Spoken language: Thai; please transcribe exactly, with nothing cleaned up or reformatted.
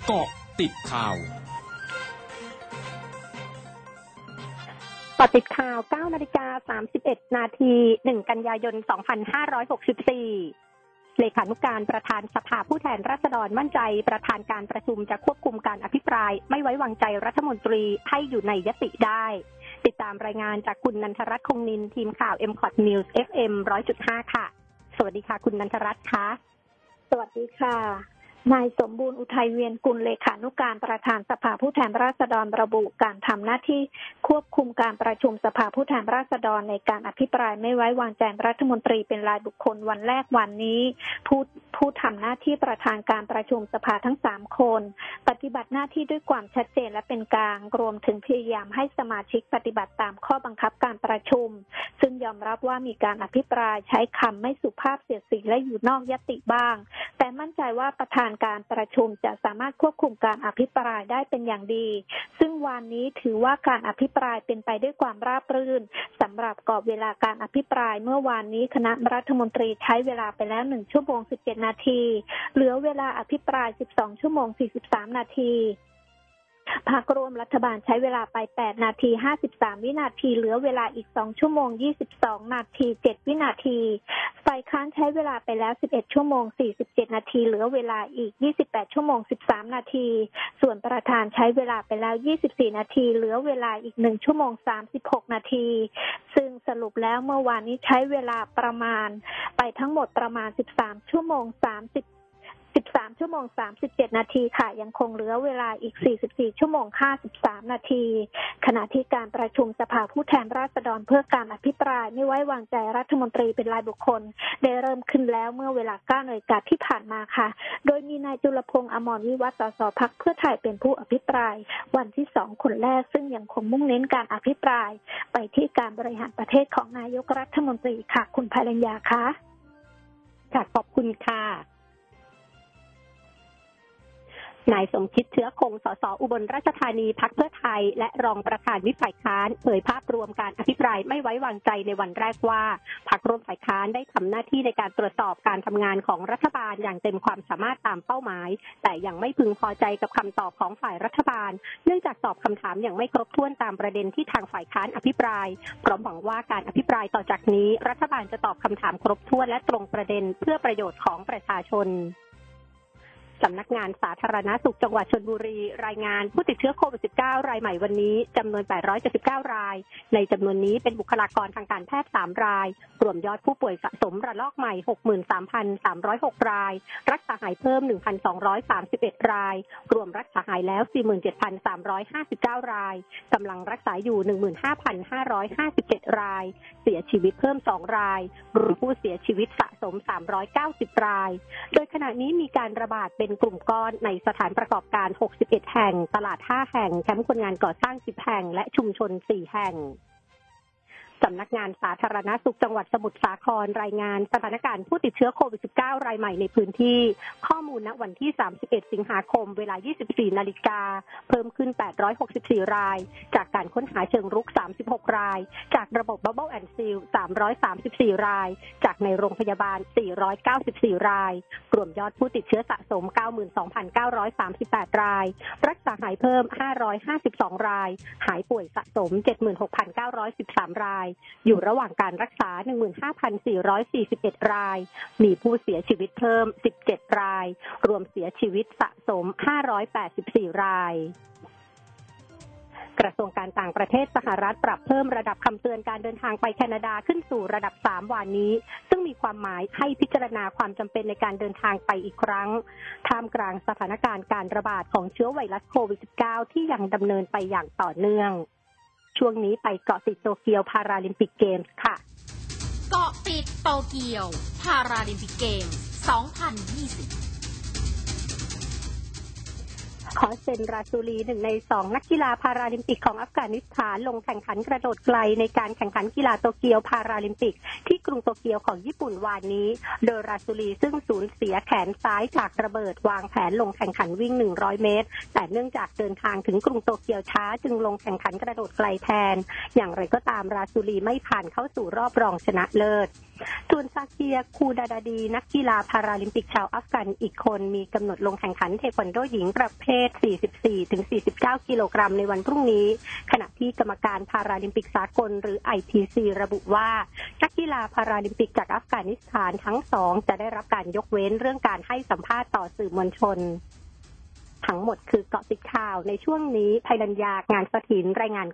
เกาะติดข่าวเกาะติดข่าว เก้านาฬิกาสามสิบเอ็ดนาที หนึ่งกันยายน สองพันห้าร้อยหกสิบสี่เลขานุการประธานสภาผู้แทนราษฎรมั่นใจประธานการประชุมจะควบคุมการอภิปรายไม่ไว้วางใจรัฐมนตรีให้อยู่ในยติได้ติดตามรายงานจากคุณนันทรัตน์คงนินทีมข่าว เอ็ม คอท News เอฟ เอ็ม หนึ่งร้อยจุดห้า ค่ะสวัสดีค่ะคุณนันทรัตน์คะสวัสดีค่ะนายสมบูรณ์อุทัยเวียนกุลเลขานุการประธานสภาผู้แทนราษฎรระบุการทำหน้าที่ควบคุมการประชุมสภาผู้แทนราษฎรในการอภิปรายไม่ไว้วางใจรัฐมนตรีเป็นรายบุคคลวันแรกวันนี้ผู้ผู้ทำหน้าที่ประธานการประชุมสภาทั้งสามคนปฏิบัติหน้าที่ด้วยความชัดเจนและเป็นกลางรวมถึงพยายามให้สมาชิกปฏิบัติตามข้อบังคับการประชุมซึ่งยอมรับว่ามีการอภิปรายใช้คำไม่สุภาพเสียดสีและอยู่นอกยติบ้างแต่มั่นใจว่าประธานการประชุมจะสามารถควบคุมการอภิปรายได้เป็นอย่างดีซึ่งวันนี้ถือว่าการอภิปรายเป็นไปด้วยความราบรื่นสำหรับกรอบเวลาการอภิปรายเมื่อวานนี้คณะรัฐมนตรีใช้เวลาไปแล้วหนึ่งชั่วโมงสิบเจ็ดนาทีเหลือเวลาอภิปรายสิบสองชั่วโมงสี่สิบสามนาทีพรรคร่วมรัฐบาลใช้เวลาไปแปดนาทีห้าสิบสามวินาทีเหลือเวลาอีกสองชั่วโมงยี่สิบสองนาทีเจ็ดวินาทีฝ่ายค้านใช้เวลาไปแล้วสิบเอ็ดชั่วโมงสี่สิบเจ็ดนาทีเหลือเวลาอีกยี่สิบแปดชั่วโมงสิบสามนาทีส่วนประธานใช้เวลาไปแล้วยี่สิบสี่นาทีเหลือเวลาอีกหนึ่งชั่วโมงสามสิบหกนาทีซึ่งสรุปแล้วเมื่อวานนี้ใช้เวลาประมาณไปทั้งหมดประมาณสิบสามชั่วโมงสามสิบสิบสามชั่วโมงสามสิบเจ็ดนาทีค่ะยังคงเหลือเวลาอีกสี่สิบสี่ชั่วโมงห้าสิบสามนาทีขณะที่การประชุมสภาผู้แทนราษฎรเพื่อการอภิปรายไม่ไว้วางใจรัฐมนตรีเป็นรายบุคคลได้เริ่มขึ้นแล้วเมื่อเวลา เก้านาฬิกาที่ผ่านมาค่ะโดยมีนายจุลพงษ์อมรวิวัฒน์สสพรรคเพื่อไทยเป็นผู้อภิปรายวันที่สองคนแรกซึ่งยังคงมุ่งเน้นการอภิปรายไปที่การบริหารประเทศของนายกรัฐมนตรีค่ะคุณภรัญญาคะค่ะขอบคุณค่ะนายสมคิดเชื้อคงสสอุบลราชธานีพรรคเพื่อไทยและรองประธานวิปฝ่ายค้านเผยภาพรวมการอภิปรายไม่ไว้วางใจในวันแรกว่าพรรคร่วมฝ่ายค้านได้ทำหน้าที่ในการตรวจสอบการทำงานของรัฐบาลอย่างเต็มความสามารถตามเป้าหมายแต่ยังไม่พึงพอใจกับคำตอบของฝ่ายรัฐบาลเนื่องจากตอบคำถามอย่างไม่ครบถ้วนตามประเด็นที่ทางฝ่ายค้านอภิปรายพร้อมหวังว่าการอภิปรายต่อจากนี้รัฐบาลจะตอบคำถามครบถ้วนและตรงประเด็นเพื่อประโยชน์ของประชาชนสำนักงานสาธารณสุขจังหวัดชลบุรีรายงานผู้ติดเชื้อโควิด สิบเก้า รายใหม่วันนี้จำนวนแปดร้อยเจ็ดสิบเก้ารายในจำนวนนี้เป็นบุคลากรทางการแพทย์สามรายรวมยอดผู้ป่วยสะสมระลอกใหม่ หกหมื่นสามพันสามร้อยหก รายรักษาหายเพิ่ม หนึ่งพันสองร้อยสามสิบเอ็ด รายรวมรักษาหายแล้ว สี่หมื่นเจ็ดพันสามร้อยห้าสิบเก้า รายกำลังรักษาอยู่ หนึ่งหมื่นห้าพันห้าร้อยห้าสิบเจ็ด รายเสียชีวิตเพิ่มสองรายรวมผู้เสียชีวิตสะสมสามร้อยเก้าสิบรายโดยขณะนี้มีการระบาดเป็นกลุ่มก้อนในสถานประกอบการหกสิบเอ็ดแห่งตลาดห้าแห่งแคมป์คนงานก่อสร้างสิบแห่งและชุมชนสี่แห่งสำนักงานสาธารณสุขจังหวัดสมุทรสาครรายงานสถานการณ์ผู้ติดเชื้อโควิด สิบเก้า รายใหม่ในพื้นที่ข้อมูลณวันที่สามสิบเอ็ดสิงหาคมเวลา ยี่สิบสี่นาฬิกาเพิ่มขึ้นแปดร้อยหกสิบสี่รายจากการค้นหาเชิงรุกสามสิบหกรายจากระบบ Bubble and Seal สามร้อยสามสิบสี่รายจากในโรงพยาบาลสี่ร้อยเก้าสิบสี่รายรวมยอดผู้ติดเชื้อสะสม เก้าหมื่นสองพันเก้าร้อยสามสิบแปดรายรักษาหายเพิ่มห้าร้อยห้าสิบสองรายหายป่วยสะสม เจ็ดหมื่นหกพันเก้าร้อยสิบสามรายอยู่ระหว่างการรักษา หนึ่งหมื่นห้าพันสี่ร้อยสี่สิบเอ็ด รายมีผู้เสียชีวิตเพิ่มสิบเจ็ดรายรวมเสียชีวิตสะสมห้าร้อยแปดสิบสี่รายกระทรวงการต่างประเทศสหรัฐปรับเพิ่มระดับคำเตือนการเดินทางไปแคนาดาขึ้นสู่ระดับสามวันนี้ซึ่งมีความหมายให้พิจารณาความจำเป็นในการเดินทางไปอีกครั้งท่ามกลางสถานการณ์การระบาดของเชื้อไวรัสโควิด สิบเก้า ที่ยังดำเนินไปอย่างต่อเนื่องช่วงนี้ไปเกาะติดโตเกียวพาราลิมปิกเกมส์ค่ะเกาะติดโตเกียวพาราลิมปิกเกมส์ สองพันยี่สิบขอเซนราซูลีหนึ่งในสองนักกีฬาพาราลิมปิกของอัฟกานิสถานลงแข่งขันกระโดดไกลในการแข่งขันกีฬาโตเกียวพาราลิมปิกที่กรุงโตเกียวของญี่ปุ่นวานนี้โดยราซูลีซึ่งสูญเสียแขนซ้ายจากระเบิดวางแผนลงแข่งขันวิ่งหนึ่งร้อยเมตรแต่เนื่องจากเดินทางถึงกรุงโตเกียวช้าจึงลงแข่งขันกระโดดไกลแทนอย่างไรก็ตามราซูลีไม่ผ่านเข้าสู่รอบรองชนะเลิศส่วนซาเกียคูดาดาดีนักกีฬาพาราลิมปิกชาวอัฟกันอีกคนมีกำหนดลงแข่งขันเทควันโดหญิงประเภท สี่สิบสี่ถึงสี่สิบเก้า กิโลกรัมในวันพรุ่งนี้ขณะที่กรรมการพาราลิมปิกสากลหรือ ไอ ที ซี ระบุว่านักกีฬาพาราลิมปิกจากอัฟกานิสถานทั้งสองจะได้รับการยกเว้นเรื่องการให้สัมภาษณ์ต่อสื่อมวลชนทั้งหมดคือเกาะติดข่าวในช่วงนี้ภัยรัญญางานสถินรายงาน